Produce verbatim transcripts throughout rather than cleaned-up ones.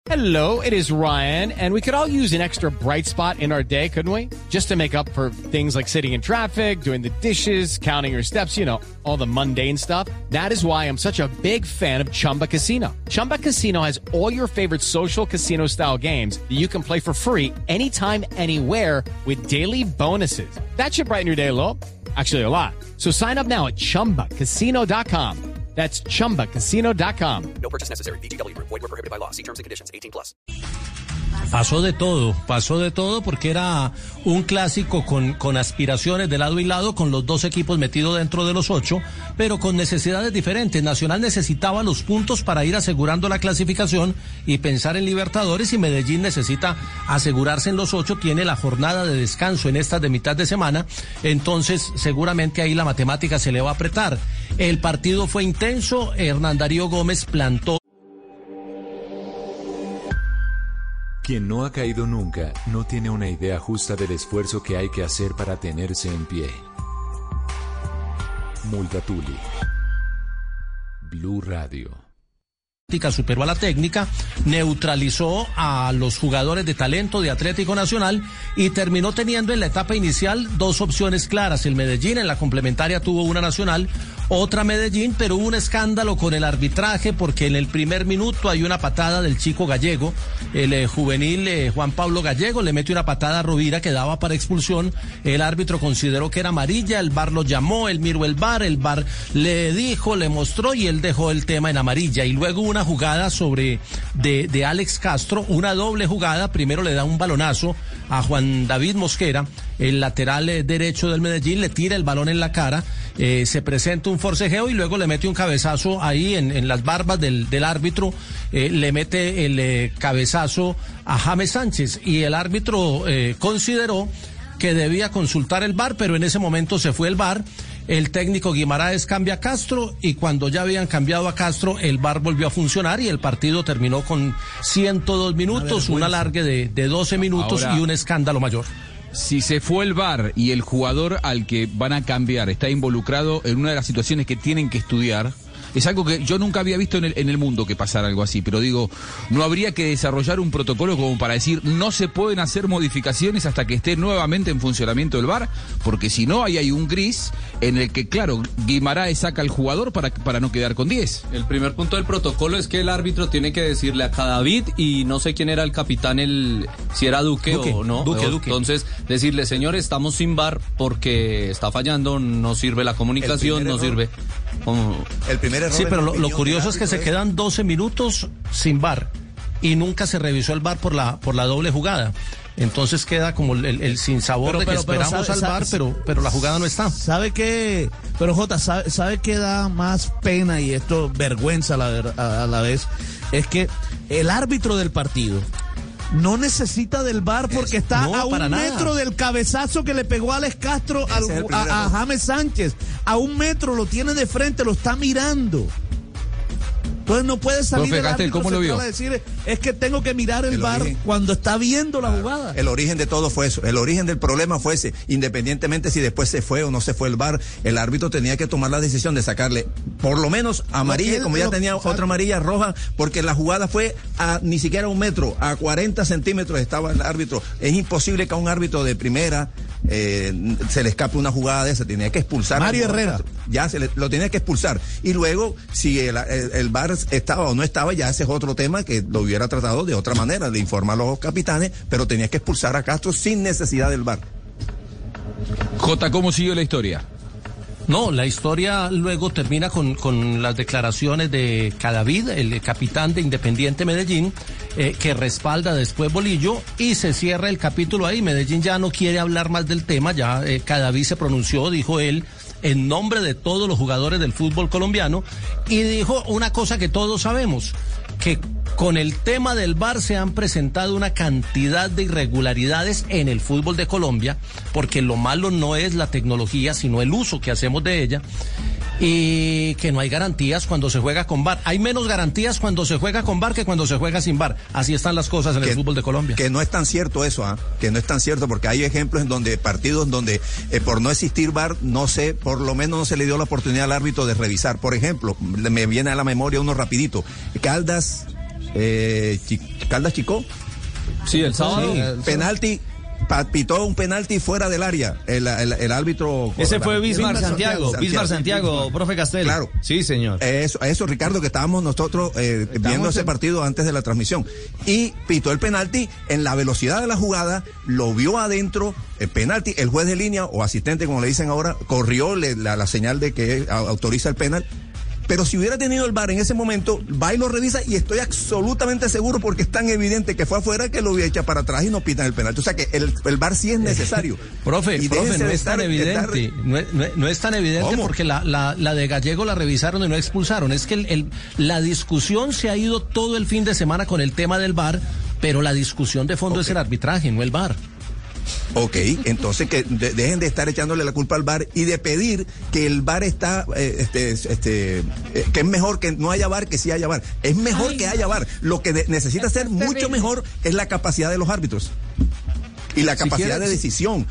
Hello, it is Ryan, and we could all use an extra bright spot in our day, couldn't we? Just to make up for things like sitting in traffic, doing the dishes, counting your steps, you know, all the mundane stuff. That is why I'm such a big fan of Chumba Casino. Chumba Casino has all your favorite social casino-style games that you can play for free anytime, anywhere with daily bonuses. That should brighten your day a little. Actually, a lot. So sign up now at chumba casino dot com. That's chumba casino dot com. No purchase necessary. V G W Group. Void where prohibited by law. See terms and conditions. eighteen plus. Pasó de todo, pasó de todo porque era un clásico con, con aspiraciones de lado y lado, con los dos equipos metidos dentro de los ocho, pero con necesidades diferentes. Nacional necesitaba los puntos para ir asegurando la clasificación y pensar en Libertadores, y Medellín necesita asegurarse en los ocho, tiene la jornada de descanso en estas de mitad de semana, entonces seguramente ahí la matemática se le va a apretar. El partido fue intenso, Hernán Darío Gómez plantó. Quien no ha caído nunca no tiene una idea justa del esfuerzo que hay que hacer para tenerse en pie. Multatuli. Blue Radio. Superó a la técnica, neutralizó a los jugadores de talento de Atlético Nacional y terminó teniendo en la etapa inicial dos opciones claras. El Medellín en la complementaria tuvo una Nacional, otra Medellín, pero hubo un escándalo con el arbitraje porque en el primer minuto hay una patada del chico Gallego, el eh, juvenil eh, Juan Pablo Gallego le mete una patada a Rovira que daba para expulsión. El árbitro consideró que era amarilla, el V A R lo llamó, él miró el V A R, el V A R le dijo, le mostró y él dejó el tema en amarilla. Y luego una jugada sobre de, de Alex Castro, una doble jugada. Primero le da un balonazo a Juan David Mosquera, el lateral eh, derecho del Medellín, le tira el balón en la cara, eh, se presenta un forcejeo y luego le mete un cabezazo ahí en, en las barbas del, del árbitro, eh, le mete el eh, cabezazo a James Sánchez y el árbitro eh, consideró que debía consultar el V A R, pero en ese momento se fue el V A R. El técnico Guimaraes cambia a Castro y cuando ya habían cambiado a Castro, el V A R volvió a funcionar y el partido terminó con ciento dos minutos, una alargue de, de doce minutos. Ahora, y un escándalo mayor. Si se fue el V A R y el jugador al que van a cambiar está involucrado en una de las situaciones que tienen que estudiar, es algo que yo nunca había visto en el, en el mundo que pasara algo así, pero digo, no habría que desarrollar un protocolo como para decir no se pueden hacer modificaciones hasta que esté nuevamente en funcionamiento el V A R, porque si no ahí hay un gris en el que, claro, Guimaraes saca al jugador para, para no quedar con diez. El primer punto del protocolo es que el árbitro tiene que decirle a Cadavid, y no sé quién era el capitán, el si era Duque, Duque o no, Duque, Duque. Entonces decirle, señor, estamos sin V A R porque está fallando, no sirve la comunicación, no sirve. Como... El primer error. Sí, pero lo, lo curioso es que se quedan doce minutos sin V A R y nunca se revisó el V A R por la por la doble jugada. Entonces queda como el, el, el sinsabor pero, de que pero, esperamos pero, sabe, al V A R, sabe, pero, pero la jugada no está. ¿Sabe qué? Pero Jota, ¿sabe, sabe qué da más pena y esto vergüenza a la, a, a la vez? Es que el árbitro del partido no necesita del V A R porque es, está no, a un metro nada. Del cabezazo que le pegó Alex Castro al, a, a James Sánchez. A un metro lo tiene de frente, lo está mirando. Entonces no puede salir el árbitro ¿cómo lo vio? A decir, es que tengo que mirar el, el V A R origen, cuando está viendo la claro, jugada. El origen de todo fue eso. El origen del problema fue ese. Independientemente si después se fue o no se fue el V A R, el árbitro tenía que tomar la decisión de sacarle por lo menos amarilla, que, como ya lo, tenía exacto. Otra amarilla roja, porque la jugada fue a ni siquiera un metro, a cuarenta centímetros estaba el árbitro. Es imposible que a un árbitro de primera eh, se le escape una jugada de esa. Tenía que expulsar. Mario Herrera. Ya se le, lo tenía que expulsar. Y luego, si el, el, el V A R estaba o no estaba, ya ese es otro tema que lo hubiera tratado de otra manera, de informar a los capitanes, pero tenía que expulsar a Castro sin necesidad del V A R. Jota, ¿cómo siguió la historia? No, la historia luego termina con, con las declaraciones de Cadavid, el capitán de Independiente Medellín, eh, que respalda después Bolillo, y se cierra el capítulo ahí. Medellín ya no quiere hablar más del tema, ya eh, Cadavid se pronunció, dijo él, en nombre de todos los jugadores del fútbol colombiano, y dijo una cosa que todos sabemos, que con el tema del V A R se han presentado una cantidad de irregularidades en el fútbol de Colombia, porque lo malo no es la tecnología, sino el uso que hacemos de ella, y que no hay garantías cuando se juega con V A R. Hay menos garantías cuando se juega con V A R que cuando se juega sin V A R. Así están las cosas en que, el fútbol de Colombia. Que no es tan cierto eso, ¿ah? ¿eh? Que no es tan cierto, porque hay ejemplos en donde partidos donde eh, por no existir V A R, no sé, por lo menos no se le dio la oportunidad al árbitro de revisar. Por ejemplo, me viene a la memoria uno rapidito, Caldas eh, Ch- Caldas Chicó. Sí, el sábado. Sí, penalti. Pitó un penalti fuera del área, el, el, el árbitro. Ese fue Bismar Bismar Santiago, Santiago, Bismar Santiago, Bismar. profe Castel. Claro. Sí, señor. Eso, eso, Ricardo, que estábamos nosotros eh, viendo ese partido antes de la transmisión. Y pitó el penalti en la velocidad de la jugada, lo vio adentro, el penalti, el juez de línea o asistente, como le dicen ahora, corrió le, la, la señal de que autoriza el penal. Pero si hubiera tenido el V A R en ese momento, va y lo revisa y estoy absolutamente seguro porque es tan evidente que fue afuera que lo hubiera echado para atrás y no pitan el penalti. O sea que el, el V A R sí es necesario. Profe, y profe, no de es tan estar, evidente, estar... no, es, no, no es tan evidente ¿Cómo? Porque la, la, la de Gallego la revisaron y no expulsaron. Es que el, el, la discusión se ha ido todo el fin de semana con el tema del V A R, pero la discusión de fondo okay. es el arbitraje, no el V A R. Ok, entonces que de, dejen de estar echándole la culpa al V A R y de pedir que el V A R está, eh, este, este, eh, que es mejor que no haya V A R que sí haya V A R. Es mejor Ay, que haya V A R. Lo que de, necesita ser mucho mejor es la capacidad de los árbitros y la capacidad si quieren, de decisión.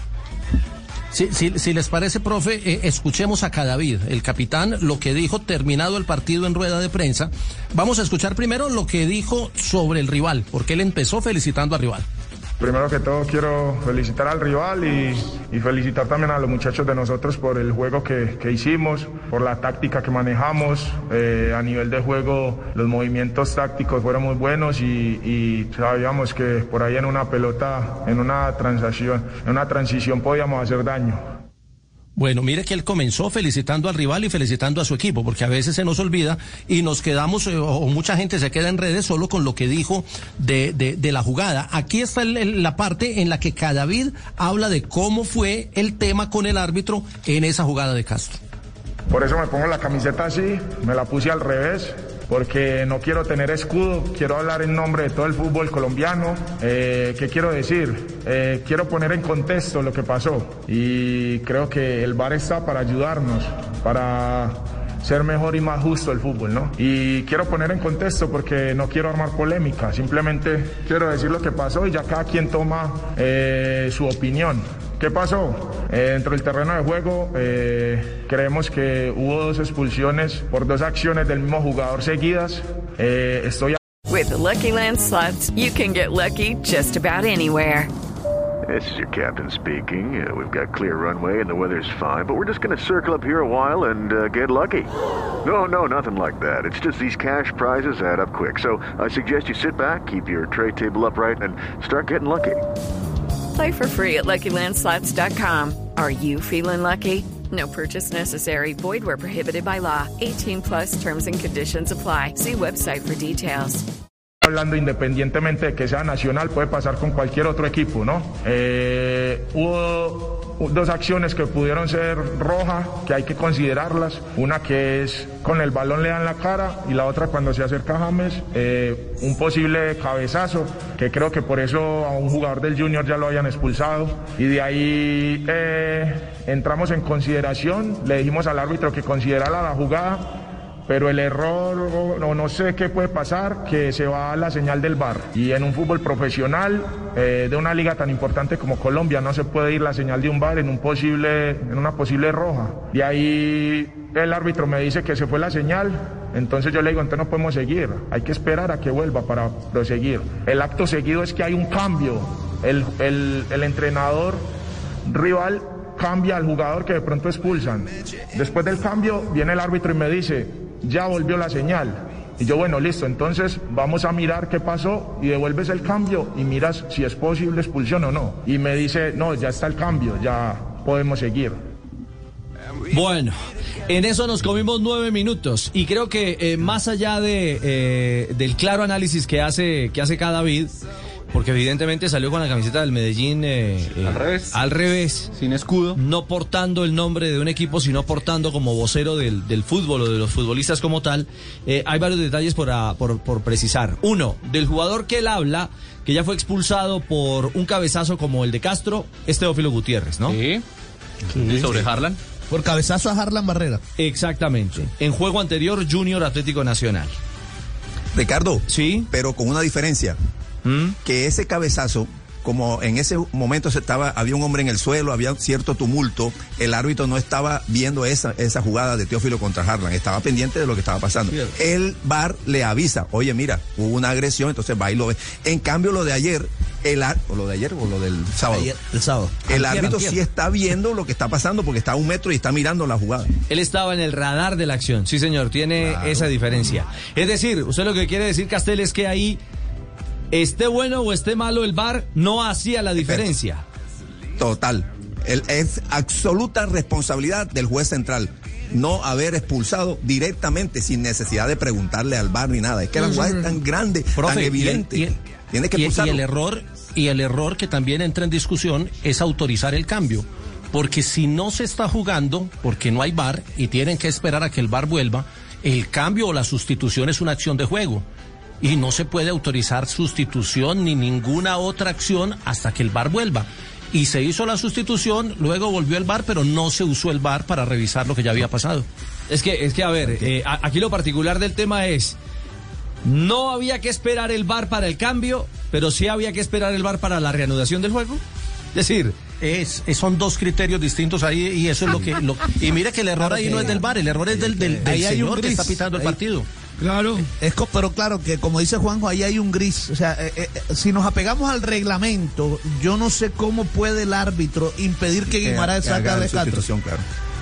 Si, si, si les parece, profe, eh, escuchemos a Cadavid, el capitán, lo que dijo terminado el partido en rueda de prensa. Vamos a escuchar primero lo que dijo sobre el rival, porque él empezó felicitando al rival. Primero que todo quiero felicitar al rival y, y felicitar también a los muchachos de nosotros por el juego que, que hicimos, por la táctica que manejamos. Eh, a nivel de juego los movimientos tácticos fueron muy buenos y, y sabíamos que por ahí en una pelota, en una transición, en una transición podíamos hacer daño. Bueno, mire que él comenzó felicitando al rival y felicitando a su equipo, porque a veces se nos olvida y nos quedamos, eh, o mucha gente se queda en redes solo con lo que dijo de, de, de la jugada. Aquí está el, el, la parte en la que Cadavid habla de cómo fue el tema con el árbitro en esa jugada de Castro. Por eso me pongo la camiseta así, me la puse al revés, porque no quiero tener escudo, quiero hablar en nombre de todo el fútbol colombiano. Eh, ¿Qué quiero decir? Eh, quiero poner en contexto lo que pasó y creo que el V A R está para ayudarnos, para ser mejor y más justo el fútbol, ¿no? Y quiero poner en contexto porque no quiero armar polémica, simplemente quiero decir lo que pasó y ya cada quien toma eh, su opinión. ¿Qué pasó? Eh, dentro del terreno de juego eh, creemos que hubo dos expulsiones por dos acciones del mismo jugador seguidas. Eh, estoy With the Lucky Land Slots, you can get lucky just about anywhere. This is your captain speaking. Uh, we've got clear runway and the weather's fine, but we're just going to circle up here a while and uh, get lucky. No, no, nothing like that. It's just these cash prizes add up quick. So I suggest you sit back, keep your tray table upright, and start getting lucky. Play for free at Lucky Land Slots dot com. Are you feeling lucky? No purchase necessary. Void where prohibited by law. eighteen plus terms and conditions apply. See website for details. Hablando independientemente de que sea nacional, puede pasar con cualquier otro equipo, ¿no? Eh, hubo dos acciones que pudieron ser rojas, que hay que considerarlas. Una que es con el balón le dan la cara y la otra cuando se acerca James, eh, un posible cabezazo, que creo que por eso a un jugador del Junior ya lo habían expulsado. Y de ahí eh, entramos en consideración, le dijimos al árbitro que considerara la jugada, pero el error, no, no sé qué puede pasar, que se va a la señal del V A R. Y en un fútbol profesional, eh, de una liga tan importante como Colombia, no se puede ir la señal de un V A R en, un posible, en una posible roja. Y ahí el árbitro me dice que se fue la señal, entonces yo le digo, entonces no podemos seguir, hay que esperar a que vuelva para proseguir. El acto seguido es que hay un cambio, el, el, el entrenador rival cambia al jugador que de pronto expulsan. Después del cambio viene el árbitro y me dice, ya volvió la señal. Y yo, bueno, listo, entonces vamos a mirar qué pasó y devuelves el cambio y miras si es posible expulsión o no. Y me dice, no, ya está el cambio, ya podemos seguir. Bueno, en eso nos comimos nueve minutos y creo que eh, más allá de eh, del claro análisis que hace que hace Cadavid, porque evidentemente salió con la camiseta del Medellín eh, eh, al revés, al revés, sin escudo, no portando el nombre de un equipo, sino portando como vocero del, del fútbol o de los futbolistas como tal. Eh, hay varios detalles por, a, por, por precisar. Uno, del jugador que él habla, que ya fue expulsado por un cabezazo como el de Castro, es Teófilo Gutiérrez, ¿no? Sí. Sí, sobre sí. Harlan. Por cabezazo a Harlan Barrera. Exactamente. En juego anterior, Junior Atlético Nacional. Ricardo. Sí. Pero con una diferencia. ¿Mm? Que ese cabezazo como en ese momento se estaba, había un hombre en el suelo, había cierto tumulto, el árbitro no estaba viendo esa, esa jugada de Teófilo contra Harlan, estaba pendiente de lo que estaba pasando. Bien. El V A R le avisa, oye, mira, hubo una agresión, entonces va y lo ve. En cambio, lo de ayer, el o lo de ayer o lo del sábado. Ayer, el sábado. El Antier, árbitro antier. sí está viendo lo que está pasando porque está a un metro y está mirando la jugada. Él estaba en el radar de la acción, sí señor, tiene claro. esa diferencia. Es decir, usted lo que quiere decir, Castel, es que ahí, esté bueno o esté malo el V A R, no hacía la diferencia. Total. El, es absoluta responsabilidad del juez central no haber expulsado directamente sin necesidad de preguntarle al V A R ni nada. Es que la jugada es tan grande, Profe, tan evidente. Y el, y el, Tiene que y, expulsarlo. Y el error, y el error que también entra en discusión es autorizar el cambio. Porque si no se está jugando, porque no hay V A R y tienen que esperar a que el V A R vuelva, el cambio o la sustitución es una acción de juego. Y no se puede autorizar sustitución ni ninguna otra acción hasta que el V A R vuelva. Y se hizo la sustitución, luego volvió el V A R, pero no se usó el V A R para revisar lo que ya había pasado. Es que, es que a ver, eh, aquí lo particular del tema es, no había que esperar el V A R para el cambio, pero sí había que esperar el V A R para la reanudación del juego. Es decir, es, es son dos criterios distintos ahí y eso es lo que... Lo, y mira que el error ahí no es del V A R, el error es del, del, del ahí hay señor un que está pitando el ahí, partido. Claro. Es, pero claro que como dice Juanjo, ahí hay un gris. O sea, eh, eh, si nos apegamos al reglamento, yo no sé cómo puede el árbitro impedir que Guimaraes saque la sustitución, claro.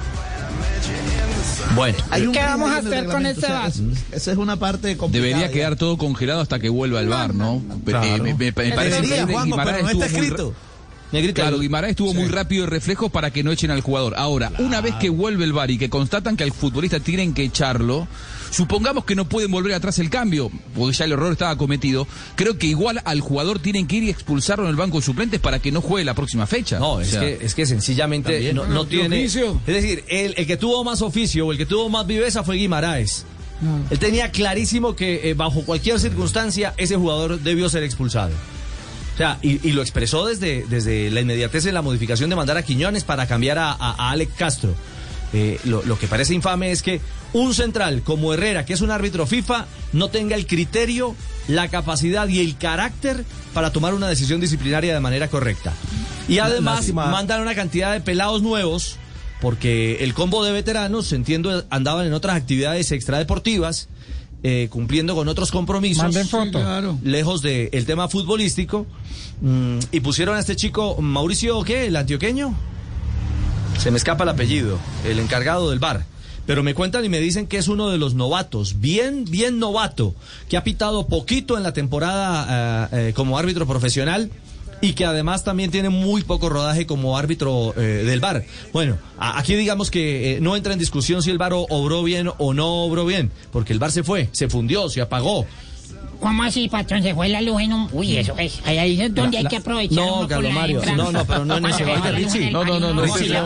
Bueno, hay un ¿qué vamos a en hacer con ese V A R? Esa es una parte complicada. Debería quedar todo congelado hasta que vuelva el V A R, ¿no? Claro. Eh, me, me, me parece Debería, que Juanjo, pero no está escrito. Negrita, claro, Guimaraes estuvo sí. muy rápido de reflejos para que no echen al jugador. Ahora, claro. una vez que vuelve el V A R y que constatan que al futbolista tienen que echarlo, supongamos que no pueden volver atrás el cambio, porque ya el error estaba cometido, creo que igual al jugador tienen que ir y expulsarlo en el banco de suplentes para que no juegue la próxima fecha. No, o es, sea, que, es que sencillamente también, no, no tiene... Oficio. Es decir, el, el que tuvo más oficio o el que tuvo más viveza fue Guimaraes. No. Él tenía clarísimo que eh, bajo cualquier circunstancia ese jugador debió ser expulsado. O sea, y, y lo expresó desde, desde la inmediatez en la modificación de mandar a Quiñones para cambiar a, a, a Alex Castro. Eh, lo, lo que parece infame es que un central como Herrera, que es un árbitro FIFA, no tenga el criterio, la capacidad y el carácter para tomar una decisión disciplinaria de manera correcta. Y además Lástima. mandan una cantidad de pelados nuevos, porque el combo de veteranos, entiendo, andaban en otras actividades extradeportivas, Eh, cumpliendo con otros compromisos, Manden foto. Sí, claro. lejos del de tema futbolístico, mmm, y pusieron a este chico, Mauricio, ¿qué? ¿El antioqueño? Se me escapa el apellido, el encargado del V A R. Pero me cuentan y me dicen que es uno de los novatos, bien, bien novato, que ha pitado poquito en la temporada uh, eh, como árbitro profesional, y que además también tiene muy poco rodaje como árbitro eh, del V A R. Bueno, a, aquí digamos que eh, no entra en discusión si el V A R obró bien o no obró bien, porque el V A R se fue, se fundió, se apagó. ¿Cómo así, patrón? Se fue la luz en un... Uy, eso es... Ahí es donde la, hay que aprovechar. No, Carlos Mario, no, no, pero no en ese bar. No, no, no, no.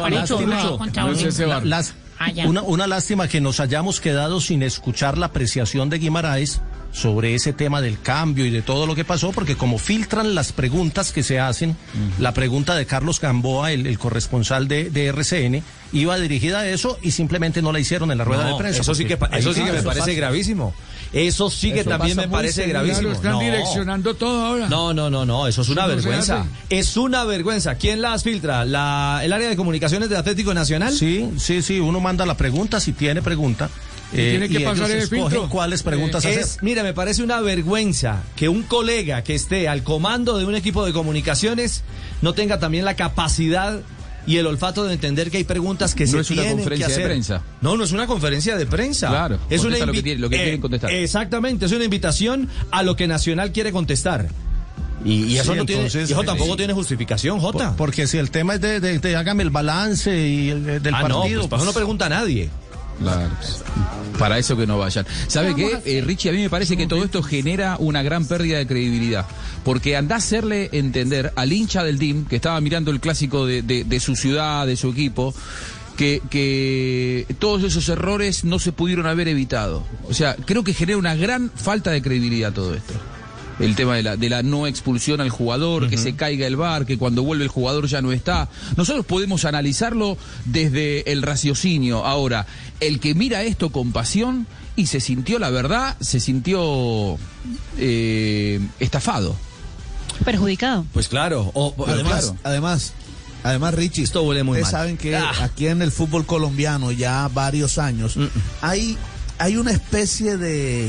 Una, una lástima que nos hayamos quedado sin escuchar la apreciación de Guimaraes sobre ese tema del cambio y de todo lo que pasó, porque como filtran las preguntas que se hacen, uh-huh. la pregunta de Carlos Gamboa, el, el corresponsal de, de R C N, iba dirigida a eso y simplemente no la hicieron en la rueda no, de prensa. Eso sí que, eso sí que me parece pasa. gravísimo. Eso sí que eso también me parece serio, gravísimo. Lo están no. direccionando todo ahora. No, no, no, no, eso es una eso vergüenza. No es una vergüenza. ¿Quién las filtra? ¿La, ¿El área de comunicaciones del Atlético Nacional? Sí, sí, sí, uno manda la pregunta si tiene pregunta. Eh, tiene que y pasar el filtro. ¿Cuáles preguntas eh, hacer? Es, mira, me parece una vergüenza que un colega que esté al comando de un equipo de comunicaciones no tenga también la capacidad y el olfato de entender que hay preguntas que no se es una tienen conferencia que hacer. de prensa. No, no es una conferencia de prensa. Claro, es una lo que, tiene, lo que eh, quieren contestar. Exactamente, es una invitación a lo que Nacional quiere contestar. Y, y eso, sí, no entonces, tiene, y eso tampoco sí. tiene justificación, Jota. Por, porque si el tema es de, de, de hágame el balance y el, del ah, partido. No, pues, pues eso no pregunta a nadie. Claro. Para eso que no vayan. ¿Sabe qué, eh, Richie? A mí me parece que todo esto genera una gran pérdida de credibilidad. Porque anda a hacerle entender al hincha del team, que estaba mirando el clásico de, de, de su ciudad, de su equipo, que, que todos esos errores no se pudieron haber evitado. O sea, creo que genera una gran falta de credibilidad todo esto. El tema de la, de la no expulsión al jugador, uh-huh. que se caiga el V A R, que cuando vuelve el jugador ya no está. Nosotros podemos analizarlo desde el raciocinio. Ahora, el que mira esto con pasión y se sintió, la verdad, se sintió eh, estafado. perjudicado. Pues claro. O, además, claro. además, además, Richie, esto huele muy ustedes mal. saben que Ah. aquí en el fútbol colombiano ya varios años mm. hay hay una especie de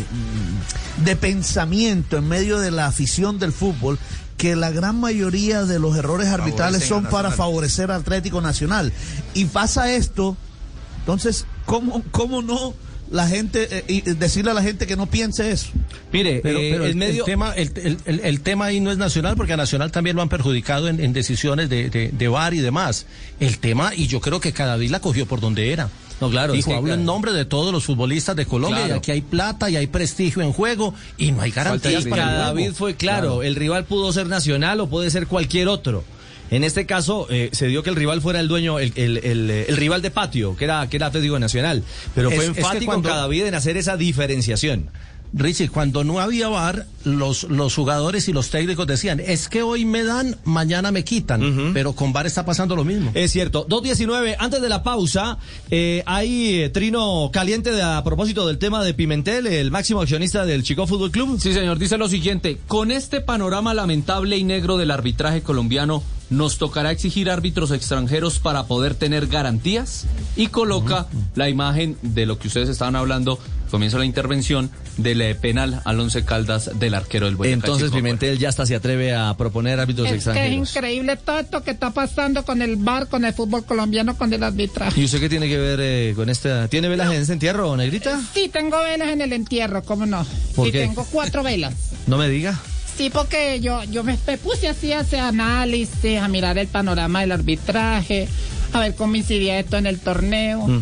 de pensamiento en medio de la afición del fútbol que la gran mayoría de los errores arbitrales son para favorecer al Atlético Nacional. Y pasa esto, entonces, ¿cómo, cómo no la gente, eh, y decirle a la gente que no piense eso? Mire, pero, eh, pero el, el medio... el tema el, el, el, el tema ahí no es Nacional, porque a Nacional también lo han perjudicado en, en decisiones de, de, de V A R y demás. El tema, y yo creo que Cadavid la cogió por donde era. No, claro. Dijo, es que, hablo en nombre de todos los futbolistas de Colombia, claro. y aquí hay plata y hay prestigio en juego y no hay garantías para el juego. David fue claro, claro, el rival pudo ser Nacional o puede ser cualquier otro. En este caso eh, se dio que el rival fuera el dueño, el, el, el, el rival de patio, que era, que era Atlético Nacional. Pero fue es, enfático es que cuando... Cadavid en hacer esa diferenciación. Richie, cuando no había V A R, los, los jugadores y los técnicos decían, es que hoy me dan, mañana me quitan, uh-huh. pero con V A R está pasando lo mismo. Es cierto. dos diecinueve, antes de la pausa, eh, hay eh, trino caliente de, a propósito del tema de Pimentel, el máximo accionista del Chico Fútbol Club. Sí, señor, dice lo siguiente: con este panorama lamentable y negro del arbitraje colombiano, ¿nos tocará exigir árbitros extranjeros para poder tener garantías? Y coloca uh-huh. la imagen de lo que ustedes estaban hablando, comienza la intervención del penal al Once Caldas del arquero del Boyacá. Entonces Chico, Pimentel bueno. ya hasta se atreve a proponer árbitros es extranjeros. Que es increíble todo esto que está pasando con el V A R, con el fútbol colombiano, con el arbitraje. ¿Y usted qué tiene que ver eh, con esta? ¿Tiene velas no. en ese entierro, Negrita? Sí, tengo velas en el entierro, ¿cómo no? ¿Por sí, qué? tengo cuatro velas. No me diga. Sí, porque yo, yo me, me puse así a hacer análisis, a mirar el panorama del arbitraje, a ver cómo incidía esto en el torneo. Uh-huh.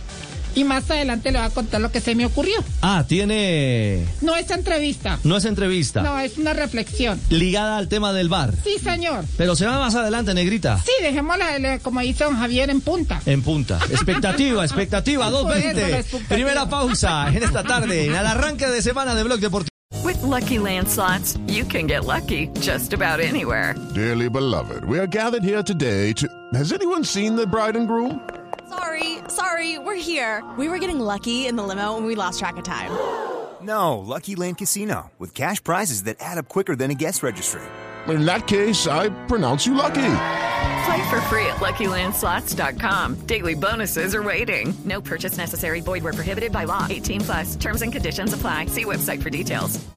Y más adelante le voy a contar lo que se me ocurrió. Ah, tiene... No es entrevista. No es entrevista. No, es una reflexión. Ligada al tema del V A R. Sí, señor. Pero se va más adelante, Negrita. Sí, dejémosla, como dice don Javier, en punta. En punta. Expectativa, expectativa, dos veinte. Primera pausa en esta tarde, al arranque de semana de Blog Deportivo. With Lucky Land Slots, you can get lucky just about anywhere. Dearly beloved, we are gathered here today to... Has anyone seen the bride and groom? Sorry, sorry, we're here. We were getting lucky in the limo and we lost track of time. No, Lucky Land Casino, with cash prizes that add up quicker than a guest registry. In that case, I pronounce you lucky. Play for free at Lucky Land Slots dot com. Daily bonuses are waiting. No purchase necessary. Void where prohibited by law. eighteen plus. Terms and conditions apply. See website for details.